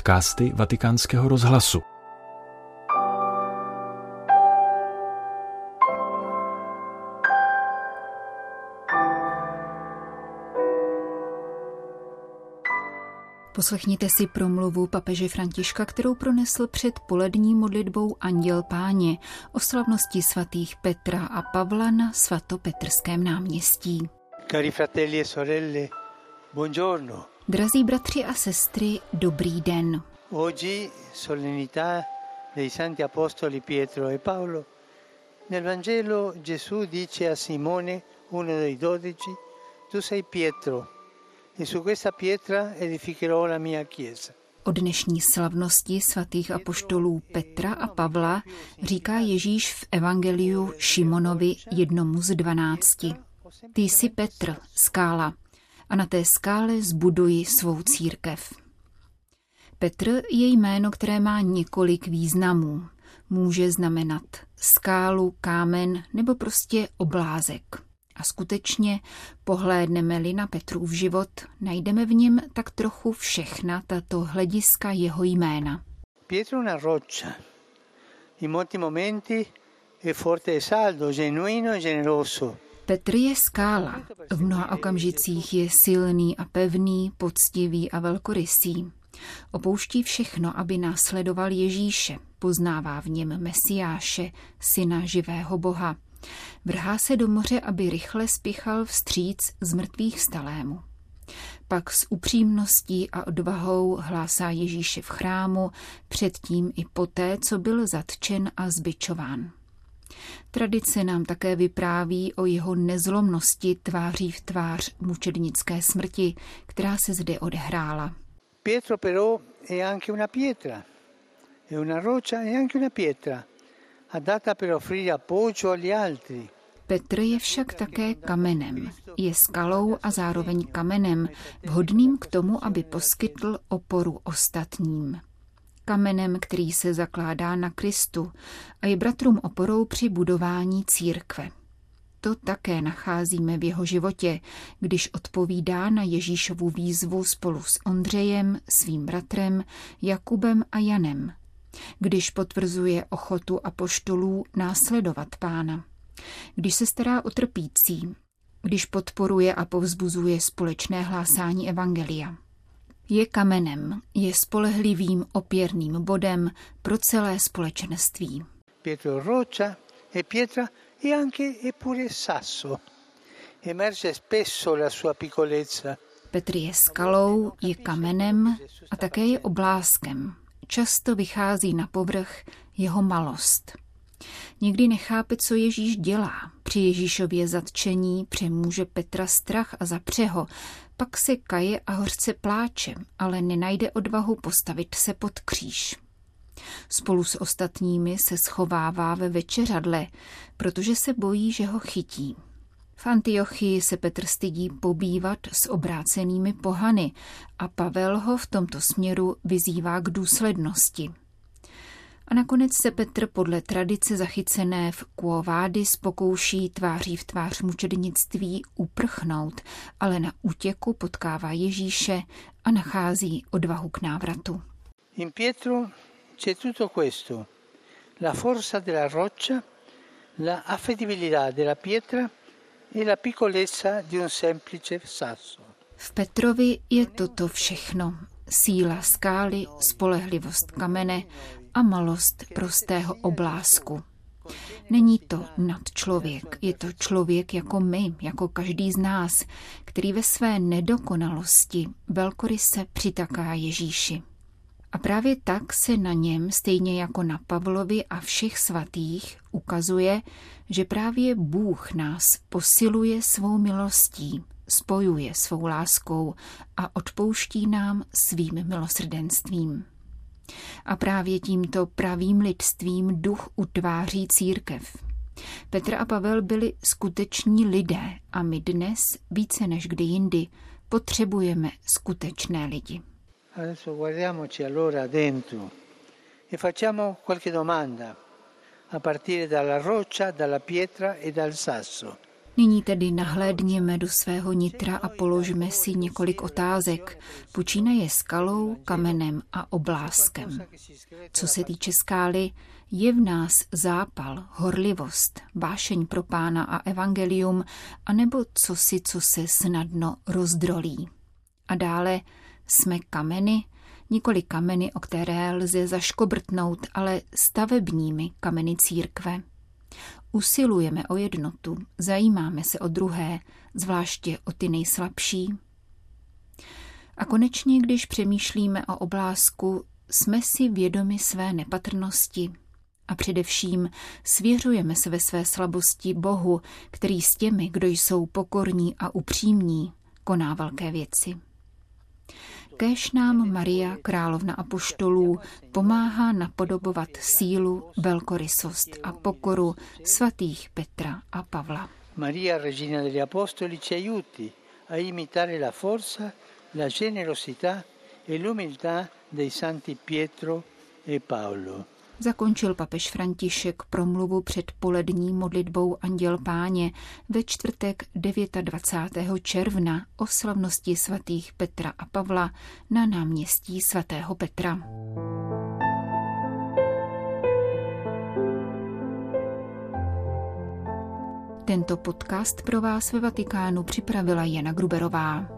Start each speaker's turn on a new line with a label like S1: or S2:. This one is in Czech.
S1: podcasty Vatikánského rozhlasu.
S2: Poslechněte si promluvu papeže Františka, kterou pronesl před polední modlitbou Anděl Páně o slavnosti svatých Petra a Pavla na svatopetrském náměstí.
S3: Cari fratelli e sorelle, buongiorno.
S2: Drazí bratři a sestry, dobrý den.
S3: Oggi solennità dei santi apostoli Pietro e Paolo. Nel Vangelo Gesù dice a Simone, uno dei 12, tu sei Pietro. E su questa pietra edificherò la mia chiesa.
S2: O dnešní slavnosti svatých apoštolů Petra a Pavla říká Ježíš v evangeliu Šimonovi, jednomu z 12. Ty jsi Petr, skála, a na té skále zbuduji svou církev. Petr je jméno, které má několik významů. Může znamenat skálu, kámen nebo prostě oblázek. A skutečně, pohlédneme-li na Petrův život, najdeme v něm tak trochu všechna tato hlediska jeho jména.
S3: Pietro una roccia. In molti momenti è forte e saldo, genuino e generoso.
S2: Petr je skála. V mnoha okamžicích je silný a pevný, poctivý a velkorysý. Opouští všechno, aby následoval Ježíše. Poznává v něm Mesiáše, syna živého Boha. Vrhá se do moře, aby rychle spěchal vstříc z mrtvých vstalému. Pak s upřímností a odvahou hlásá Ježíše v chrámu, předtím i poté, co byl zatčen a zbičován. Tradice nám také vypráví o jeho nezlomnosti tváří v tvář mučednické smrti, která se zde odehrála.
S3: Pietro però è anche una pietra. È una roccia e anche una pietra. Adatta per offrire appoggio agli altri.
S2: Petr je však také kamenem. Je skalou a zároveň kamenem, vhodným k tomu, aby poskytl oporu ostatním. Kamenem, který se zakládá na Kristu a je bratrům oporou při budování církve. To také nacházíme v jeho životě, když odpovídá na Ježíšovu výzvu spolu s Ondřejem, svým bratrem, Jakubem a Janem, když potvrzuje ochotu apoštolů následovat Pána, když se stará o trpící, když podporuje a povzbuzuje společné hlásání evangelia. Je kamenem, je spolehlivým opěrným bodem pro celé společenství.
S3: Pietro roccia e pietra e anche eppure sasso. Emerge spesso la sua piccolezza.
S2: Petr je skalou, je kamenem a také je oblázkem. Často vychází na povrch jeho malost. Někdy nechápe, co Ježíš dělá. Při Ježíšově zatčení přemůže Petra strach a zapře ho, pak se kaje a hořce pláče, ale nenajde odvahu postavit se pod kříž. Spolu s ostatními se schovává ve večeřadle, protože se bojí, že ho chytí. V Antiochii se Petr stydí pobývat s obrácenými pohany a Pavel ho v tomto směru vyzývá k důslednosti. A nakonec se Petr podle tradice zachycené v Quo Vadis pokouší tváří v tvář mučednictví uprchnout, ale na útěku potkává Ježíše a nachází odvahu k návratu.
S3: In Pietro c'è tutto questo. La forza della roccia, la affettibilità della pietra e la piccolezza di un semplice sasso.
S2: V Petrovi je toto všechno. Síla skály, spolehlivost kamene a malost prostého oblázku. Není to nadčlověk, je to člověk jako my, jako každý z nás, který ve své nedokonalosti velkoryse přitaká Ježíši. A právě tak se na něm, stejně jako na Pavlovi a všech svatých, ukazuje, že právě Bůh nás posiluje svou milostí, spojuje svou láskou a odpouští nám svým milosrdenstvím. A právě tímto pravým lidstvím duch utváří církev. Petr a Pavel byli skuteční lidé a my dnes, více než kdy jindy, potřebujeme skutečné lidi.
S3: Adesso guardiamoci allora dentro e facciamo qualche domanda a partire dalla roccia, dalla pietra e dal sasso.
S2: Nyní tedy nahlédněme do svého nitra a položme si několik otázek. Počínaje skalou, kamenem a obláskem. Co se týče skály, je v nás zápal, horlivost, vášeň pro Pána a evangelium, anebo cosi, co se snadno rozdrolí. A dále jsme kameny, nikoli kameny, o které lze zaškobrtnout, ale stavebními kameny církve. Usilujeme o jednotu, zajímáme se o druhé, zvláště o ty nejslabší. A konečně, když přemýšlíme o oblásku, jsme si vědomi své nepatrnosti a především svěřujeme se ve své slabosti Bohu, který s těmi, kdo jsou pokorní a upřímní, koná velké věci. Kéž nám Maria, královna apoštolů, pomáhá napodobovat sílu, velkorysost a pokoru svatých Petra a Pavla.
S3: Maria, regina degli apostoli, ci aiuti a imitare la forza, la generosità e l'umiltà dei santi Pietro e Paolo.
S2: Zakončil papež František promluvu před polední modlitbou Anděl Páně ve čtvrtek 29. června o slavnosti svatých Petra a Pavla na náměstí svatého Petra. Tento podcast pro vás ve Vatikánu připravila Jana Gruberová.